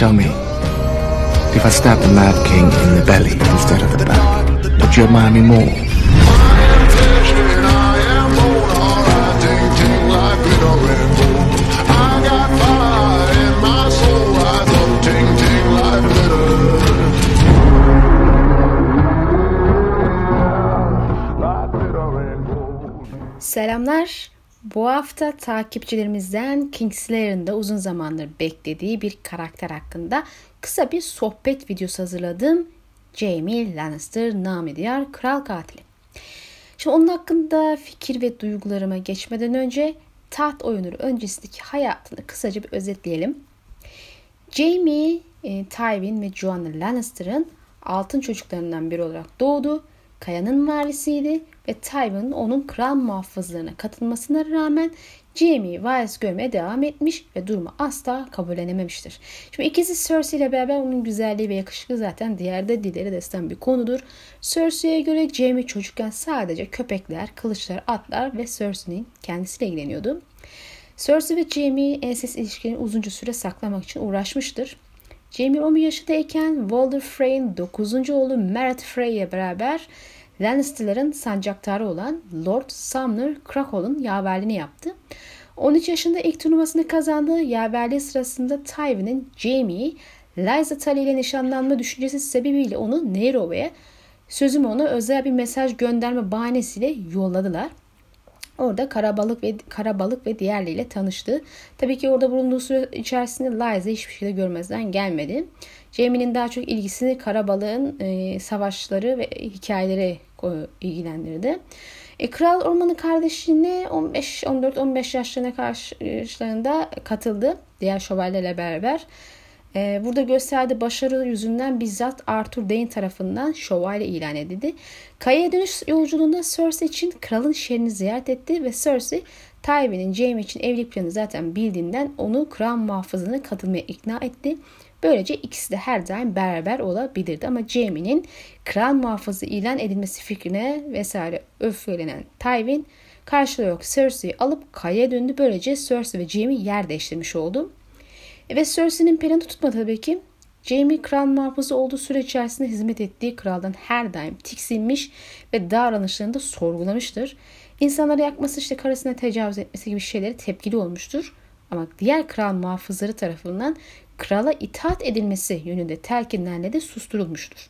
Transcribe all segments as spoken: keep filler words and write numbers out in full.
tell me, if I stabbed the Mad King in the belly instead of the back, would you admire me more? Selamlar. Bu hafta takipçilerimizden Kingslayer'ın da uzun zamandır beklediği bir karakter hakkında kısa bir sohbet videosu hazırladım. Jaime Lannister, namı diğer Kral Katili. Şimdi onun hakkında fikir ve duygularıma geçmeden önce taht oyunları öncesindeki hayatını kısaca bir özetleyelim. Jaime, e, Tywin ve Joanna Lannister'ın altın çocuklarından biri olarak doğdu. Kaya'nın varisiydi ve Tywin onun kral muhafızlarına katılmasına rağmen Jaime'yi varis görmeye devam etmiş ve durumu asla kabullenememiştir. Şimdi ikizi Cersei ile beraber onun güzelliği ve yakışıklı zaten diğer de dilleri destan bir konudur. Cersei'ye göre Jaime çocukken sadece köpekler, kılıçlar, atlar ve Cersei'nin kendisiyle ilgileniyordu. Cersei ve Jaime ensest ilişkilerini uzunca süre saklamak için uğraşmıştır. Jaime on bir yaşındayken Walder Frey'in dokuzuncu oğlu Mereth Frey ile beraber Lannister'ların sancaktarı olan Lord Sumner Crackle'ın yaverliğini yaptı. on üç yaşında ilk turnuvasını kazandığı yaverliği sırasında Tywin'in Jaime'yi Lysa Tully ile nişanlanma düşüncesi sebebiyle onu Nairobi'ye sözüm ona özel bir mesaj gönderme bahanesiyle yolladılar. Orada Karabalık ve Karabalık ve diğerleriyle tanıştı. Tabii ki orada bulunduğu süre içerisinde Lysa hiçbir şekilde görmezden gelmedi. Jaime'nin daha çok ilgisini Karabalık'ın e, savaşları ve hikayeleri e, ilgilendirdi. E, Kral Orman'ın kardeşine on beş on dört on beş yaşlarına karşılarında katıldı. Diğer şövalyelerle beraber. E, burada gösterdiği başarı yüzünden bizzat Arthur Dayne tarafından şövalye ilan edildi. Kaya'ya dönüş yolculuğunda Cersei için kralın şehrini ziyaret etti ve Cersei Tywin'in Jaime için evlilik planı zaten bildiğinden onu kral muhafızlığına katılmaya ikna etti. Böylece ikisi de her daim beraber olabilirdi ama Jaime'nin kral muhafızı ilan edilmesi fikrine vesaire öfkelenen Tywin karşılığı yok Cersei'yi alıp Kaya'ya döndü. Böylece Cersei ve Jaime yer değiştirmiş oldu. Ve Cersei'nin planı tutmadı tabii ki. Jaime kral muhafızı olduğu süre içerisinde hizmet ettiği kraldan her daim tiksinmiş ve davranışlarını da sorgulamıştır. İnsanları yakması, işte karısına tecavüz etmesi gibi şeylere tepkili olmuştur. Ama diğer kral muhafızları tarafından krala itaat edilmesi yönünde telkinlerle de susturulmuştur.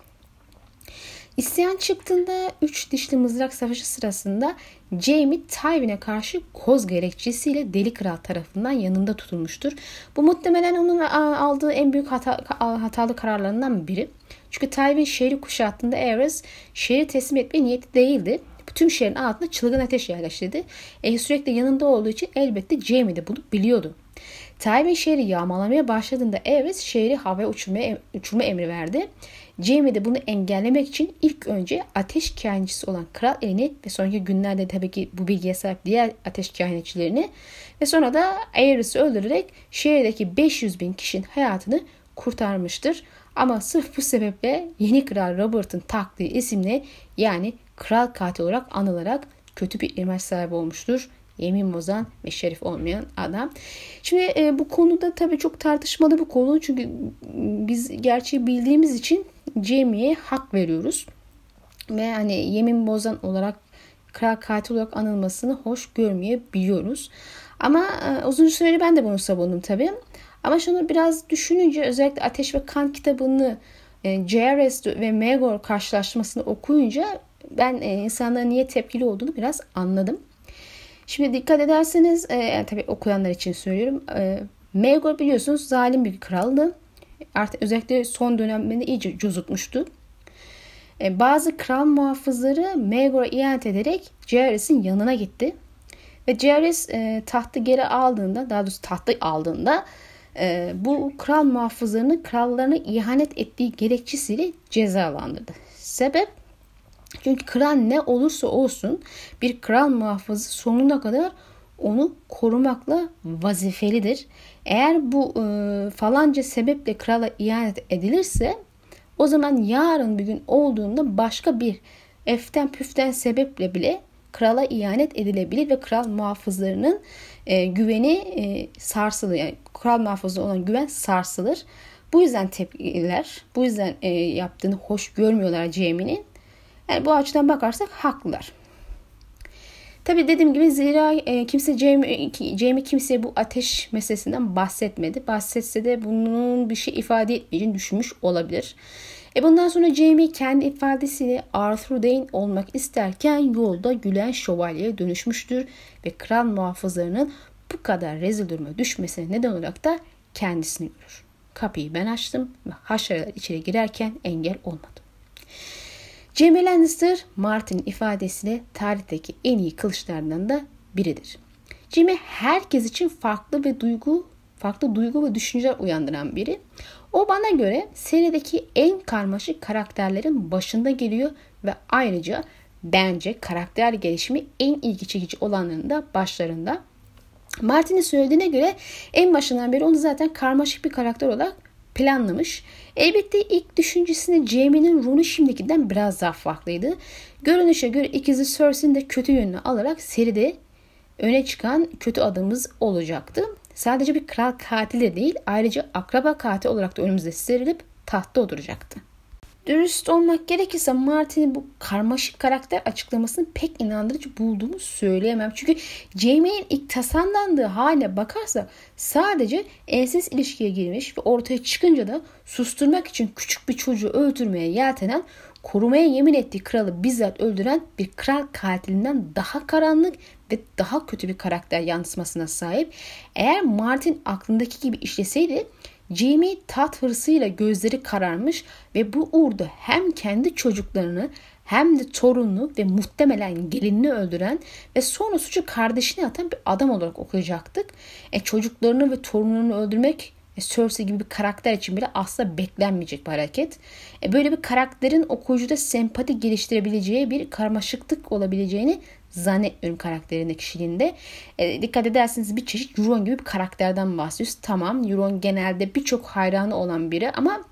İsyan çıktığında üç dişli mızrak savaşı sırasında Jaime Tywin'e karşı koz gerekçesiyle Deli Kral tarafından yanında tutulmuştur. Bu muhtemelen onun aldığı en büyük hata, hatalı kararlarından biri. Çünkü Tywin şehri kuşattığında Aerys şehri teslim etmeye niyeti değildi. Tüm şehrin altına çılgın ateş yerleştirdi. E, sürekli yanında olduğu için elbette Jaime de bunu biliyordu. Tywin şehri yağmalamaya başladığında Aerys şehri havaya uçurmaya, uçurma emri verdi. Jaime de bunu engellemek için ilk önce ateş kehanicisi olan Kral Eleni ve sonraki günlerde tabii ki bu bilgiye sahip diğer ateş kehanetçilerini ve sonra da Aerys'i öldürerek şehirdeki beş yüz bin kişinin hayatını kurtarmıştır. Ama sırf bu sebeple yeni Kral Robert'ın taktığı isimle yani Kral Katil olarak anılarak kötü bir imaj sahibi olmuştur. Yemin bozan ve şerif olmayan adam. Şimdi e, bu konuda tabii çok tartışmalı bir konu. Çünkü biz gerçeği bildiğimiz için Jaime'ye hak veriyoruz. Ve hani yemin bozan olarak kral katil olarak anılmasını hoş görmeyebiliyoruz. Ama e, uzun süre ben de bunu savundum tabii. Ama şunu biraz düşününce özellikle Ateş ve Kan kitabını e, Jaehaerys ve Maegor karşılaştırmasını okuyunca ben e, insanların niye tepkili olduğunu biraz anladım. Şimdi dikkat ederseniz, e, yani tabii okuyanlar için söylüyorum. E, Maegor biliyorsunuz zalim bir kraldı. Artık özellikle son dönemlerinde iyice cozutmuştu. E, bazı kral muhafızları Maegor'a ihanet ederek Jaehaerys'in yanına gitti. Ve Jaehaerys e, tahtı geri aldığında, daha doğrusu tahtı aldığında e, bu kral muhafızlarını krallarına ihanet ettiği gerekçesiyle cezalandırdı. Sebep? Çünkü kral ne olursa olsun bir kral muhafızı sonuna kadar onu korumakla vazifelidir. Eğer bu e, falanca sebeple krala ihanet edilirse o zaman yarın bir gün olduğunda başka bir eften püften sebeple bile krala ihanet edilebilir ve kral muhafızlarının e, güveni e, sarsılır. Yani kral muhafızı olan güven sarsılır. Bu yüzden tepkiler, bu yüzden e, yaptığını hoş görmüyorlar Jaime'nin. Yani bu açıdan bakarsak haklılar. Tabii dediğim gibi zira e, kimse Jaime, Jaime kimseye bu ateş meselesinden bahsetmedi. Bahsetse de bunun bir şey ifade etmeyeceğini düşünmüş olabilir. E bundan sonra Jaime kendi ifadesiyle Arthur Dayne olmak isterken yolda gülen şövalyeye dönüşmüştür ve kral muhafızlarının bu kadar rezil duruma düşmesine neden olarak da kendisini görür. Kapıyı ben açtım ve haşereler içeri girerken engel olmadım. Jaime Lannister, Martin'in ifadesiyle tarihteki en iyi kılıçlardan da biridir. Jaime herkes için farklı ve duygu, farklı duygu ve düşünceler uyandıran biri. O bana göre serideki en karmaşık karakterlerin başında geliyor ve ayrıca bence karakter gelişimi en ilgi çekici olanların da başlarında. Martin'in söylediğine göre en başından beri onu zaten karmaşık bir karakter olarak planlamış. Elbette ilk düşüncesinde Jaime'nin rolü şimdikinden biraz daha farklıydı. Görünüşe göre ikizi Cersei'nin de kötü yönünü alarak seride öne çıkan kötü adamımız olacaktı. Sadece bir kral katili değil, ayrıca akraba katil olarak da önümüzde serilip tahtta oturacaktı. Dürüst olmak gerekirse Martin'in bu karmaşık karakter açıklamasını pek inandırıcı bulduğumu söyleyemem. Çünkü Jaime'nin ilk tasarlandığı hale bakarsa sadece enses ilişkiye girmiş ve ortaya çıkınca da susturmak için küçük bir çocuğu öldürmeye yeltenen, korumaya yemin ettiği kralı bizzat öldüren bir kral katilinden daha karanlık ve daha kötü bir karakter yansımasına sahip. Eğer Martin aklındaki gibi işleseydi Jaime tat hırsıyla gözleri kararmış ve bu uğurda hem kendi çocuklarını hem de torununu ve muhtemelen gelinini öldüren ve sonra suçu kardeşine atan bir adam olarak okuyacaktık. E, çocuklarını ve torunlarını öldürmek e, Cersei gibi bir karakter için bile asla beklenmeyecek bir hareket. E, böyle bir karakterin okuyucuda sempati geliştirebileceği bir karmaşıklık olabileceğini zannetmiyorum karakterinin kişiliğinde. E, dikkat ederseniz bir çeşit Euron gibi bir karakterden bahsediyoruz. Tamam, Euron genelde birçok hayranı olan biri ama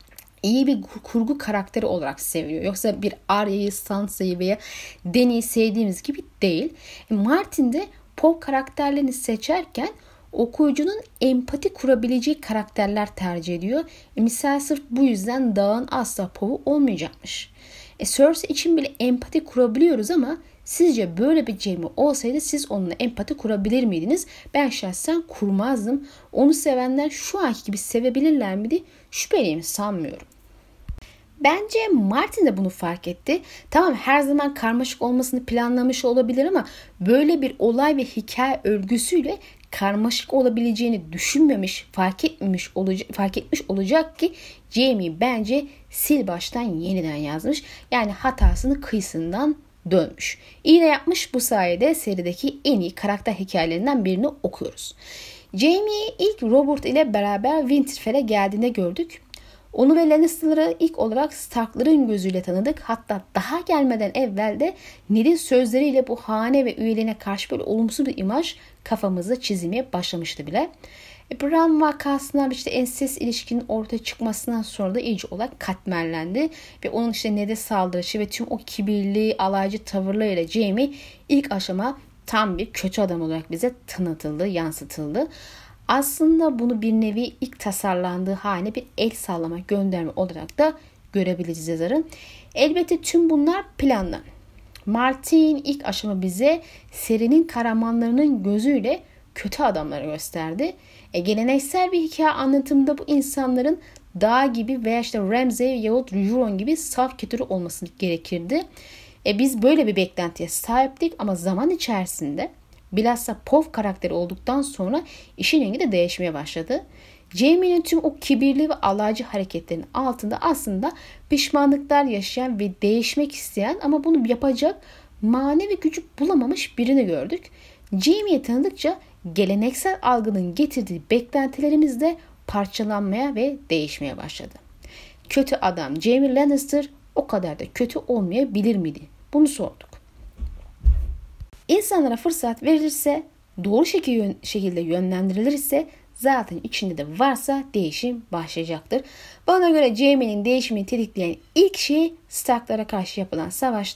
iyi bir kurgu karakteri olarak seviliyor. Yoksa bir Arya'yı, Sansa'yı veya Dany'yi sevdiğimiz gibi değil. E, Martin de pop karakterlerini seçerken okuyucunun empati kurabileceği karakterler tercih ediyor. E, misal sırf bu yüzden Dağ'ın asla povu olmayacakmış. E, Cersei için bile empati kurabiliyoruz ama sizce böyle bir Jaime olsaydı siz onunla empati kurabilir miydiniz? Ben şahsen kurmazdım. Onu sevenler şu anki gibi sevebilirler miydi? Şüpheliyim, sanmıyorum. Bence Martin de bunu fark etti. Tamam, her zaman karmaşık olmasını planlamış olabilir ama böyle bir olay ve hikaye örgüsüyle karmaşık olabileceğini düşünmemiş, fark etmemiş olacak, fark etmiş olacak ki Jaime bence sil baştan yeniden yazmış. Yani hatasını kıyısından dönmüş. İyi de yapmış, bu sayede serideki en iyi karakter hikayelerinden birini okuyoruz. Jaime'yi ilk Robert ile beraber Winterfell'e geldiğinde gördük. Onu ve Lannister'ları ilk olarak Stark'ların gözüyle tanıdık. Hatta daha gelmeden evvel de Ned'in sözleriyle bu hane ve üyelerine karşı böyle olumsuz bir imaj kafamızda çizilmeye başlamıştı bile. E, Bran vakasından işte ensest ilişkinin ortaya çıkmasından sonra da iyice olarak katmerlendi. Ve onun işte Ned'e saldırışı ve tüm o kibirli, alaycı tavırlarıyla Jaime ilk aşama tam bir kötü adam olarak bize tanıtıldı, yansıtıldı. Aslında bunu bir nevi ilk tasarlandığı haline bir el sallama, gönderme olarak da görebiliriz yazarın. Elbette tüm bunlar planlı. Martin ilk aşama bize serinin kahramanlarının gözüyle kötü adamları gösterdi. E, geleneksel bir hikaye anlatımında bu insanların Dağ gibi veya işte Ramsay yahut Euron gibi saf kötü olması gerekirdi. E, biz böyle bir beklentiye sahiptik ama zaman içerisinde bilhassa Pov karakteri olduktan sonra işin rengi de değişmeye başladı. Jaime'nin tüm o kibirli ve alaycı hareketlerinin altında aslında pişmanlıklar yaşayan ve değişmek isteyen ama bunu yapacak manevi gücü bulamamış birini gördük. Jaime'yi tanıdıkça geleneksel algının getirdiği beklentilerimiz de parçalanmaya ve değişmeye başladı. Kötü adam Jaime Lannister o kadar da kötü olmayabilir miydi? Bunu sorduk. İnsanlara fırsat verilirse, doğru şekilde yönlendirilirse zaten içinde de varsa değişim başlayacaktır. Bana göre Jaime'nin değişimini tetikleyen ilk şey Stark'lara karşı yapılan savaşta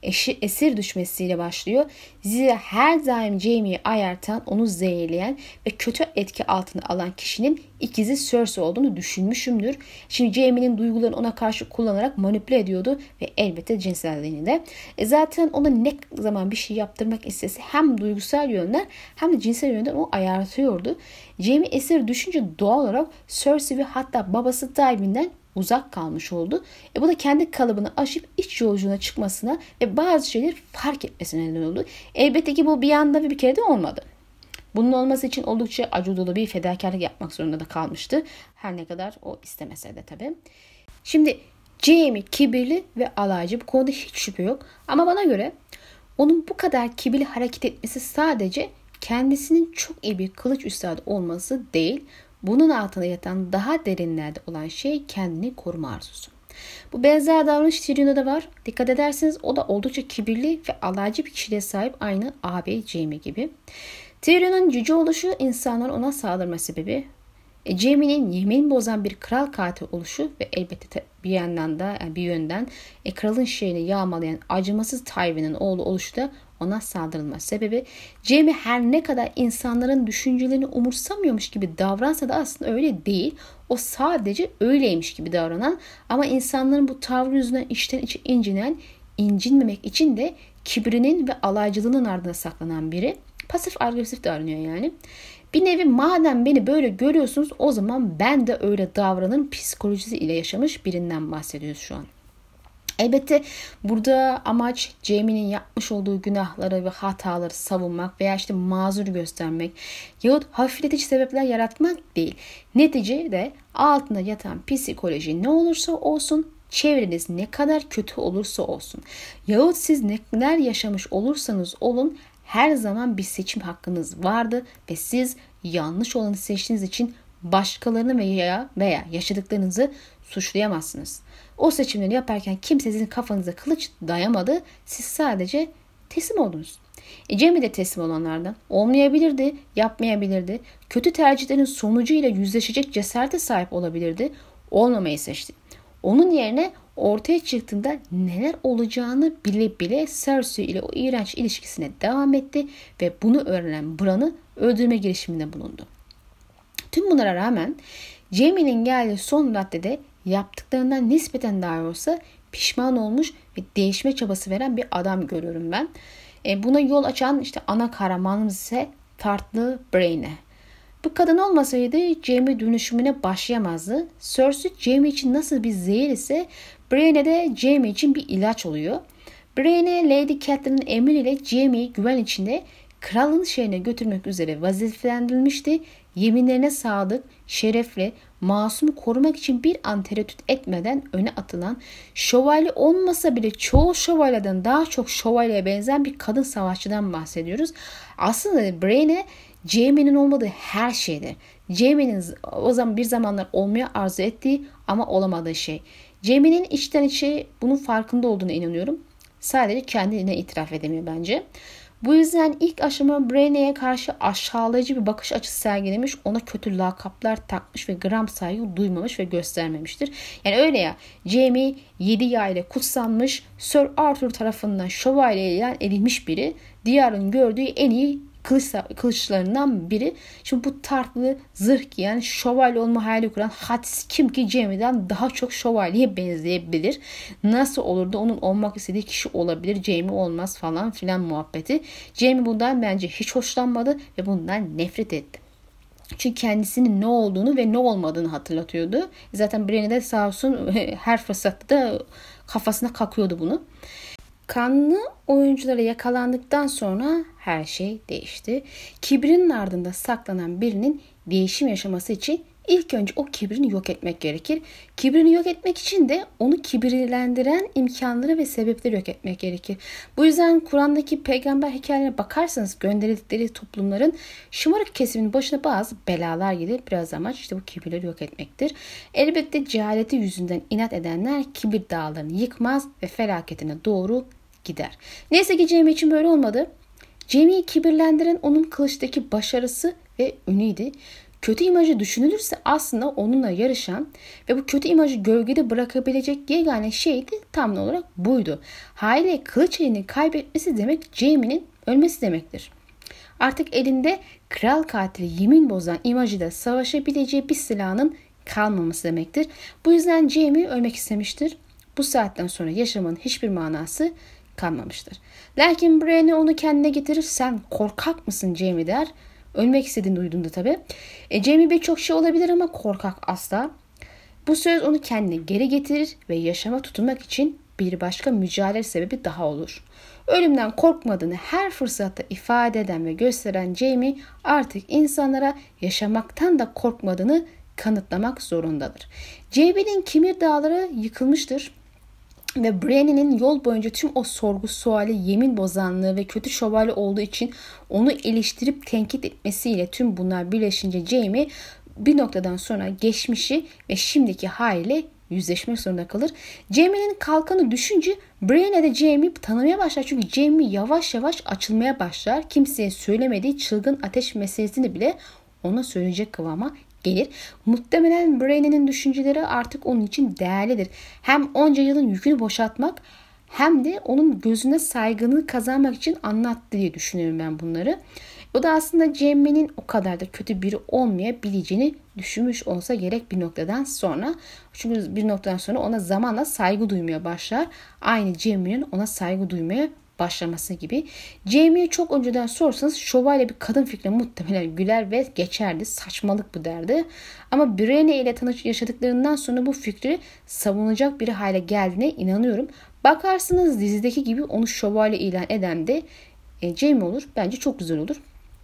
eşi, esir düşmesiyle başlıyor. Zira her daim Jaime'yi ayartan, onu zehirleyen ve kötü etki altına alan kişinin ikizi Cersei olduğunu düşünmüşümdür. Şimdi Jaime'nin duygularını ona karşı kullanarak manipüle ediyordu ve elbette cinselliğini de. E zaten ona ne zaman bir şey yaptırmak istese hem duygusal yönden hem de cinsel yönden o ayartıyordu. Jaime esir düşünce doğal olarak Cersei ve hatta babası Tywin'den uzak kalmış oldu. E bu da kendi kalıbını aşıp iç yolculuğuna çıkmasına ve bazı şeyleri fark etmesine neden oldu. Elbette ki bu bir anda ve bir kere de olmadı. Bunun olması için oldukça acı dolu bir fedakarlık yapmak zorunda da kalmıştı. Her ne kadar o istemese de tabii. Şimdi Jaime kibirli ve alaycı, bu konuda hiç şüphe yok. Ama bana göre onun bu kadar kibirli hareket etmesi sadece kendisinin çok iyi bir kılıç üstadı olması değil, bunun altında yatan daha derinlerde olan şey kendini koruma arzusu. Bu benzer davranış Tyrion'da da var. Dikkat ederseniz o da oldukça kibirli ve alaycı bir kişiliğe sahip, aynı ağabey Jaime gibi. Tyrion'un cüce oluşu insanların ona saldırma sebebi. E, Jaime'nin yemin bozan bir kral katil oluşu ve elbette bir yandan da yani bir yönden e, kralın şeyini yağmalayan acımasız Tywin'in oğlu oluşu da ona saldırılma sebebi. Jaime her ne kadar insanların düşüncelerini umursamıyormuş gibi davransa da aslında öyle değil. O sadece öyleymiş gibi davranan ama insanların bu tavrı yüzünden içten içe incinen, incinmemek için de kibrinin ve alaycılığının ardına saklanan biri. Pasif agresif davranıyor yani. Bir nevi madem beni böyle görüyorsunuz o zaman ben de öyle davranırım psikolojisi ile yaşamış birinden bahsediyoruz şu an. Elbette burada amaç Jaime'nin yapmış olduğu günahları ve hataları savunmak veya işte mazur göstermek yahut hafifletici sebepler yaratmak değil. Neticede altında yatan psikoloji ne olursa olsun, çevreniz ne kadar kötü olursa olsun yahut siz neler yaşamış olursanız olun her zaman bir seçim hakkınız vardı ve siz yanlış olanı seçtiğiniz için başkalarını veya veya yaşadıklarınızı suçlayamazsınız. O seçimleri yaparken kimse sizin kafanıza kılıç dayamadı. Siz sadece teslim oldunuz. E Jaime de teslim olanlardan. Olmayabilirdi, yapmayabilirdi. Kötü tercihlerin sonucuyla yüzleşecek cesarete sahip olabilirdi. Olmamayı seçti. Onun yerine ortaya çıktığında neler olacağını bile bile Cersei ile o iğrenç ilişkisine devam etti ve bunu öğrenen Bran'ı öldürme girişiminde bulundu. Tüm bunlara rağmen Jaime'nin geldiği son raddede yaptıklarından nispeten daha olsa pişman olmuş ve değişme çabası veren bir adam görüyorum ben. E, buna yol açan işte ana kahramanımız ise Tartlı Brienne. Bu kadın olmasaydı Jaime dönüşümüne başlayamazdı. Cersei Jaime için nasıl bir zehir ise Brienne de Jaime için bir ilaç oluyor. Brienne Lady Catelyn'in emriyle Jaime'yi güven içinde kralın şehrine götürmek üzere vazifelendirilmişti. Yeminlerine sadık, şerefli, masumu korumak için bir an tereddüt etmeden öne atılan, şövalye olmasa bile çoğu şövalyeden daha çok şövalyeye benzeyen bir kadın savaşçıdan bahsediyoruz. Aslında Brienne Jaime'nin olmadığı her şeydir. Jaime'nin o zaman bir zamanlar olmaya arzu ettiği ama olamadığı şey. Jaime'nin içten içe bunun farkında olduğuna inanıyorum. Sadece kendine itiraf edemiyor bence. Bu yüzden ilk aşama Brienne'ye karşı aşağılayıcı bir bakış açısı sergilemiş, ona kötü lakaplar takmış ve gram saygı duymamış ve göstermemiştir. Yani öyle ya, Jaime yedi yağ ile kutsanmış, Sir Arthur tarafından şövalye ilan edilmiş biri, diyarın gördüğü en iyi kılıç, kılıçlarından biri. Şimdi bu Tartlı zırh giyen şövalye olma hayali kuran hadis kim ki Jaime'den daha çok şövalyeye benzeyebilir. Nasıl olur da onun olmak istediği kişi olabilir, Jaime olmaz falan filan muhabbeti. Jaime bundan bence hiç hoşlanmadı ve bundan nefret etti. Çünkü kendisinin ne olduğunu ve ne olmadığını hatırlatıyordu. Zaten Brienne de sağ olsun her fırsatta da kafasına kakıyordu bunu. Kanlı oyunculara yakalandıktan sonra her şey değişti. Kibrinin ardında saklanan birinin değişim yaşaması için ilk önce o kibrini yok etmek gerekir. Kibrini yok etmek için de onu kibirlendiren imkanları ve sebepleri yok etmek gerekir. Bu yüzden Kur'an'daki peygamber hikayelerine bakarsanız gönderildikleri toplumların şımarık kesiminin başına bazı belalar gelir. Biraz amaç işte bu kibirleri yok etmektir. Elbette cehaleti yüzünden inat edenler kibir dağlarını yıkmaz ve felaketine doğru gider. Neyse ki Jaime için böyle olmadı. Jaime'yi kibirlendiren onun kılıçtaki başarısı ve ünüydü. Kötü imajı düşünülürse aslında onunla yarışan ve bu kötü imajı gölgede bırakabilecek yegane şey de tam olarak buydu. Haliyle kılıç elini kaybetmesi demek Jaime'nin ölmesi demektir. Artık elinde kral katili yemin bozan imajıyla savaşabileceği bir silahının kalmaması demektir. Bu yüzden Jaime ölmek istemiştir. Bu saatten sonra yaşamanın hiçbir manası kalmamıştır. Lakin Brienne onu kendine getirir. Sen korkak mısın Jaime der. Ölmek istediğini duyduğunda tabii. E, Jaime birçok şey olabilir ama korkak asla. Bu söz onu kendine geri getirir ve yaşama tutunmak için bir başka mücadele sebebi daha olur. Ölümden korkmadığını her fırsatta ifade eden ve gösteren Jaime artık insanlara yaşamaktan da korkmadığını kanıtlamak zorundadır. Jaime'nin Kimir Dağları yıkılmıştır. Ve Brienne'nin yol boyunca tüm o sorgu suali, yemin bozanlığı ve kötü şövalye olduğu için onu eleştirip tenkit etmesiyle tüm bunlar birleşince Jaime bir noktadan sonra geçmişi ve şimdiki haliyle yüzleşmek zorunda kalır. Jaime'nin kalkanı düşünce Brienne de Jaime'yi tanımaya başlar. Çünkü Jaime yavaş yavaş açılmaya başlar. Kimseye söylemediği çılgın ateş meselesini bile ona söyleyecek kıvama gelir. Muhtemelen Brienne'nin düşünceleri artık onun için değerlidir. Hem onca yılın yükünü boşaltmak hem de onun gözüne saygınlığı kazanmak için anlattı diye düşünüyorum ben bunları. O da aslında Jaime'nin o kadar da kötü biri olmayabileceğini düşünmüş olsa gerek bir noktadan sonra. Çünkü bir noktadan sonra ona zamanla saygı duymaya başlar. Aynı Jaime'nin ona saygı duymaya başlaması gibi. Jaime'ye çok önceden sorsanız şövalye bir kadın fikrine muhtemelen güler ve geçerdi. Saçmalık bu derdi. Ama Brienne ile tanışıp yaşadıklarından sonra bu fikri savunacak bir hale geldiğine inanıyorum. Bakarsınız dizideki gibi onu şövalye ilan eden de e, Jaime olur. Bence çok güzel olur.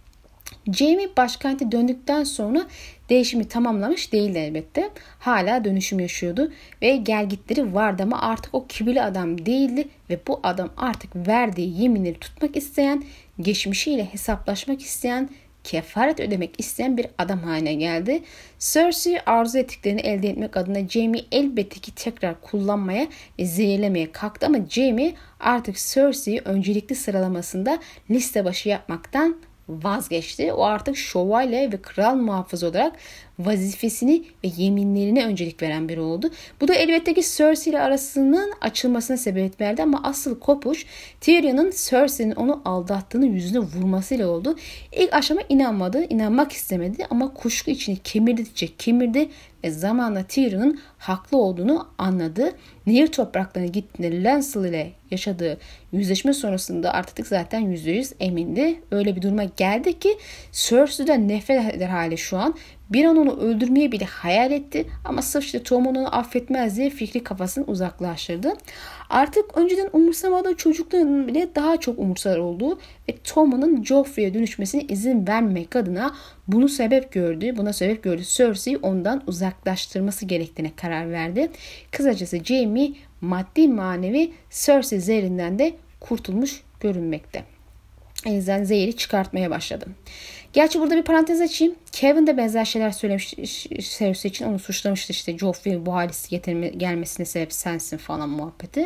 Jaime başkente döndükten sonra değişimi tamamlamış değildi elbette. Hala dönüşüm yaşıyordu ve gelgitleri vardı ama artık o kibirli adam değildi ve bu adam artık verdiği yeminleri tutmak isteyen, geçmişiyle hesaplaşmak isteyen, kefaret ödemek isteyen bir adam haline geldi. Cersei arzu ettiklerini elde etmek adına Jaime'yi elbette ki tekrar kullanmaya ve zehirlemeye kalktı ama Jaime artık Cersei'yi öncelikli sıralamasında liste başı yapmaktan vazgeçti. O artık şövalye ve kral muhafızı olarak vazifesini ve yeminlerine öncelik veren biri oldu. Bu da elbette ki Cersei ile arasının açılmasına sebebiyet verdi ama asıl kopuş Tyrion'un Cersei'nin onu aldattığını yüzüne vurmasıyla oldu. İlk aşama inanmadı, inanmak istemedi ama kuşku içini kemirdikçe kemirdi ve zamanla Tyrion'un haklı olduğunu anladı. Nehir topraklarına gittiğinde Lancel ile yaşadığı yüzleşme sonrasında artık zaten yüzde yüz emindi. Öyle bir duruma geldi ki Cersei'den nefret eder hali şu an. Bir an onu öldürmeyi bile hayal etti ama sırf işte Tommen onu affetmez diye fikri kafasını uzaklaştırdı. Artık önceden umursamadığı çocukların bile daha çok umursar olduğu ve Tommen'ın Joffrey'e dönüşmesine izin vermemek adına bunu sebep gördü. Buna sebep gördü Cersei'yi ondan uzaklaştırması gerektiğine karar verdi. Kısacası Jaime maddi manevi Cersei zehrinden de kurtulmuş görünmekte. Elinizden zehri çıkartmaya başladı. Gerçi burada bir parantez açayım. Kevin de benzer şeyler söylemiş Cersei için. Onu suçlamıştı işte Joffrey'in bu halisi getirme, gelmesine sebep sensin falan muhabbeti.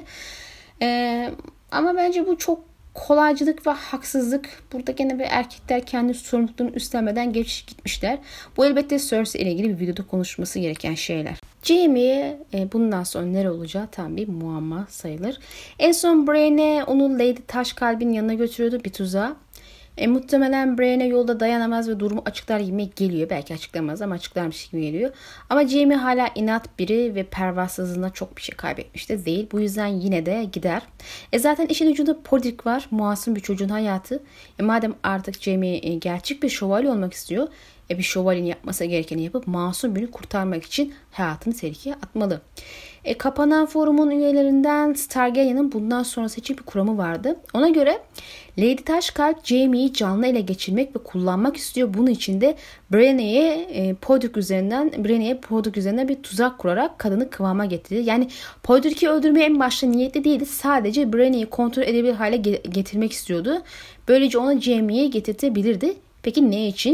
Ee, ama bence bu çok kolaycılık ve haksızlık. Burada gene bir erkekler kendi sorumluluklarını üstlenmeden geç gitmişler. Bu elbette Cersei ile ilgili bir videoda konuşması gereken şeyler. Jaime'ye e, bundan sonra nere olacağı tam bir muamma sayılır. En son Brienne onu Lady Taşkalb'in yanına götürüyordu bir tuzağa. E, muhtemelen Brienne yolda dayanamaz ve durumu açıklar gibi geliyor. Belki açıklamaz ama açıklarmış gibi geliyor. Ama Jaime hala inat biri ve pervasızlığına çok bir şey kaybetmiş de değil. Bu yüzden yine de gider. E zaten işin ucunda Podrick var. Masum bir çocuğun hayatı. E madem artık Jaime e, gerçek bir şövalye olmak istiyor. E bir şövalyenin yapması gerekeni yapıp masum birini kurtarmak için hayatını tehlikeye atmalı. E, kapanan forumun üyelerinden Targaryen'ın bundan sonrası için bir kuramı vardı. Ona göre Lady Taşkalp Jaime'yi canlı ele geçirmek ve kullanmak istiyor. Bunun için de Brienne'ye e, Podrick üzerinden Brienne'ye Podrick üzerinden bir tuzak kurarak kadını kıvama getirdi. Yani Podrick'i öldürmeye en başta niyetli değildi. Sadece Brienne'yi kontrol edebilir hale getirmek istiyordu. Böylece ona Jaime'yi getirtebilirdi. Peki ne için?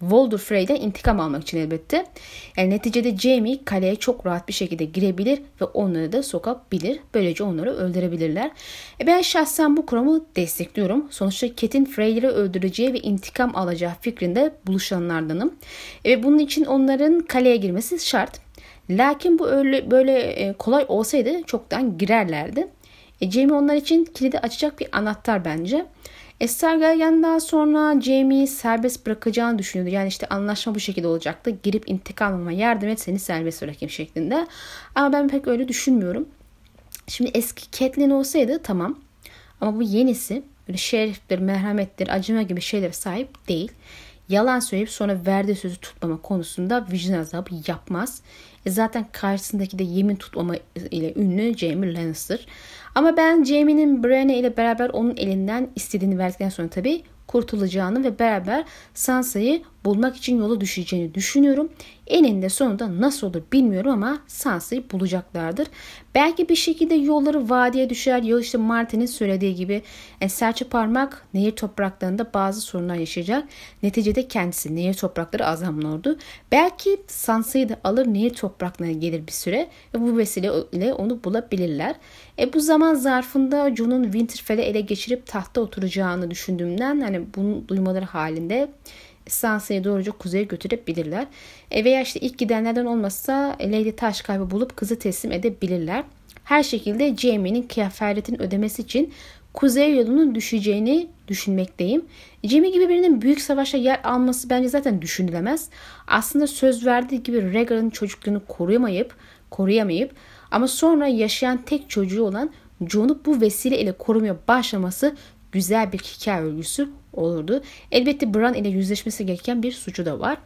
Walder Frey'den intikam almak için elbette. Yani neticede Jaime kaleye çok rahat bir şekilde girebilir ve onları da sokabilir. Böylece onları öldürebilirler. E ben şahsen bu kuramı destekliyorum. Sonuçta Cat'in Frey'leri öldüreceği ve intikam alacağı fikrinde buluşanlardanım. E ve bunun için onların kaleye girmesi şart. Lakin bu öyle böyle kolay olsaydı çoktan girerlerdi. E Jaime onlar için kilidi açacak bir anahtar bence. Targaryen daha sonra Jaime'yi serbest bırakacağını düşünüyordu. Yani işte anlaşma bu şekilde olacaktı. Girip intikam almama yardım et, seni serbest bırakayım şeklinde. Ama ben pek öyle düşünmüyorum. Şimdi eski Catelyn olsaydı tamam. Ama bu yenisi böyle şeriftir, merhamettir, acıma gibi şeylere sahip değil. Yalan söyleyip sonra verdiği sözü tutmama konusunda vicdan azabı yapmaz. E zaten karşısındaki de yemin tutmama ile ünlü Jaime Lannister. Ama ben Jaime'nin Brienne ile beraber onun elinden istediğini verdikten sonra tabii kurtulacağını ve beraber Sansa'yı bulmak için yola düşeceğini düşünüyorum. Eninde sonunda nasıl olur bilmiyorum ama Sansa'yı bulacaklardır. Belki bir şekilde yolları vadiye düşer. Ya işte Martin'in söylediği gibi yani serçe parmak nehir topraklarında bazı sorunlar yaşayacak. Neticede kendisi nehir toprakları azamlıyordu. Belki Sansa'yı da alır nehir topraklarına gelir bir süre ve bu vesileyle onu bulabilirler. E bu zaman zarfında Jon'un Winterfell'i ele geçirip tahta oturacağını düşündüğümden hani bunu duymaları halinde Sansa'yı doğruca kuzeye götürebilirler. E veya işte ilk gidenlerden olmazsa Lady Taşkalb'i bulup kızı teslim edebilirler. Her şekilde Jaime'nin kıyafetini ödemesi için kuzey yolunun düşeceğini düşünmekteyim. Jaime gibi birinin büyük savaşa yer alması bence zaten düşünülemez. Aslında söz verdiği gibi Rhaegar'ın çocukluğunu koruyamayıp, koruyamayıp ama sonra yaşayan tek çocuğu olan Jon'u bu vesile ile korumaya başlaması güzel bir hikaye örgüsü olurdu. Elbette Bran ile yüzleşmesi gereken bir suçu da var.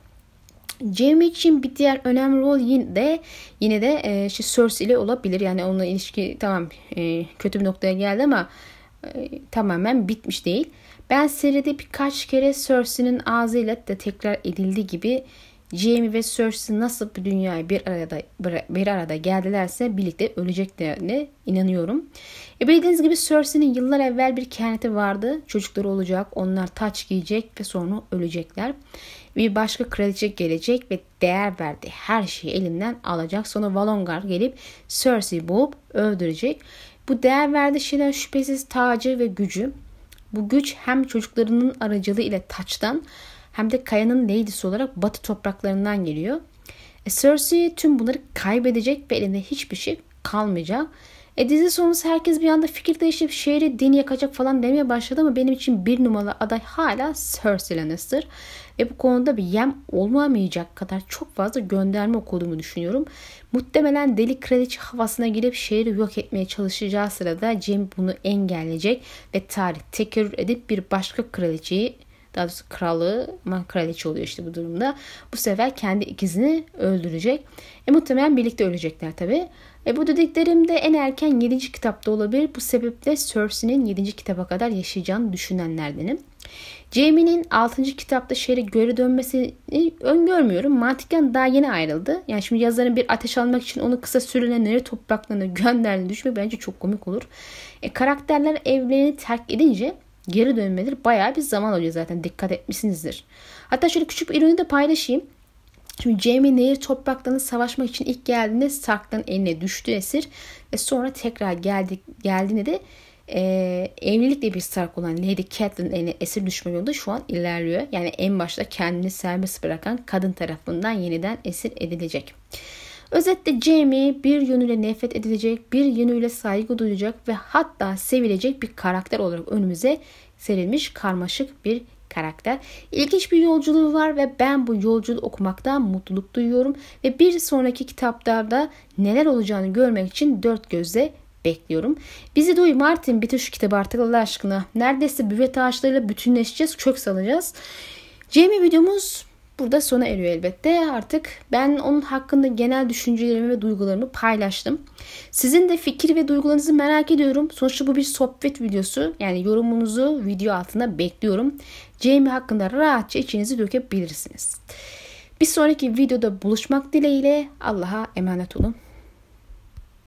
Jaime için bir diğer önemli rol yine de yine de e, işte Cersei ile olabilir. Yani onunla ilişki tamam e, kötü bir noktaya geldi ama e, tamamen bitmiş değil. Ben seride birkaç kere Cersei'nin ağzıyla da tekrar edildiği gibi Jaime ve Cersei nasıl bir dünyaya bir arada bir arada geldilerse birlikte öleceklerine inanıyorum. E bildiğiniz gibi Cersei'nin yıllar evvel bir kehaneti vardı. Çocukları olacak, onlar taç giyecek ve sonra ölecekler. Bir başka kraliçe gelecek ve değer verdiği her şeyi elinden alacak. Sonra Valonqar gelip Cersei'yi boğup öldürecek. Bu değer verdiği şeyler şüphesiz tacı ve gücü. Bu güç hem çocuklarının aracılığı ile taçtan hem de kayanın lady'si olarak batı topraklarından geliyor. E, Cersei tüm bunları kaybedecek ve elinde hiçbir şey kalmayacak. E, dizi sonrası herkes bir anda fikir değiştirip şehri din yakacak falan demeye başladı ama benim için bir numaralı aday hala Cersei Lannister. Ve bu konuda bir yem olmamayacak kadar çok fazla gönderme okuduğumu düşünüyorum. Muhtemelen deli kraliçe havasına girip şehri yok etmeye çalışacağı sırada Jaime bunu engelleyecek ve tarih tekerrür edip bir başka kraliçeyi, daha doğrusu kralı ama kraliçe oluyor işte bu durumda. Bu sefer kendi ikizini öldürecek. E muhtemelen birlikte ölecekler tabii. E bu dediklerim de en erken yedinci kitapta olabilir. Bu sebeple Cersei'nin yedinci kitaba kadar yaşayacağını düşünenlerdenim. Jaime'nin altıncı kitapta şehre geri dönmesini öngörmüyorum. Mantıken daha yeni ayrıldı. Yani şimdi yazarın bir ateş almak için onu kısa süreliğine nehir topraklarına gönderdiğini düşünmek bence çok komik olur. E, karakterler evlerini terk edince geri dönmeleri bayağı bir zaman alıyor zaten, dikkat etmişsinizdir. Hatta şöyle küçük bir ironi de paylaşayım. Şimdi Jaime nehir topraklarını savaşmak için ilk geldiğinde Stark'ların eline düştü esir ve sonra tekrar geldi, geldiğinde de e, evlilikle bir Stark olan Lady Catelyn'in eline esir düşme yolunda şu an ilerliyor. Yani en başta kendini serbest bırakan kadın tarafından yeniden esir edilecek. Özetle Jaime bir yönüyle nefret edilecek, bir yönüyle saygı duyulacak ve hatta sevilecek bir karakter olarak önümüze serilmiş karmaşık bir karakter. İlginç bir yolculuğu var ve ben bu yolculuğu okumaktan mutluluk duyuyorum ve bir sonraki kitaplarda neler olacağını görmek için dört gözle bekliyorum. Bizi duy Martin, bitir şu kitabı artık Allah aşkına. Neredeyse büvet ağaçlarıyla bütünleşeceğiz, kök salacağız. Jaime videomuz burada sona eriyor elbette. Artık ben onun hakkında genel düşüncelerimi ve duygularımı paylaştım. Sizin de fikir ve duygularınızı merak ediyorum. Sonuçta bu bir sohbet videosu. Yani yorumunuzu video altına bekliyorum. Jaime hakkında rahatça içinizi dökebilirsiniz. Bir sonraki videoda buluşmak dileğiyle Allah'a emanet olun.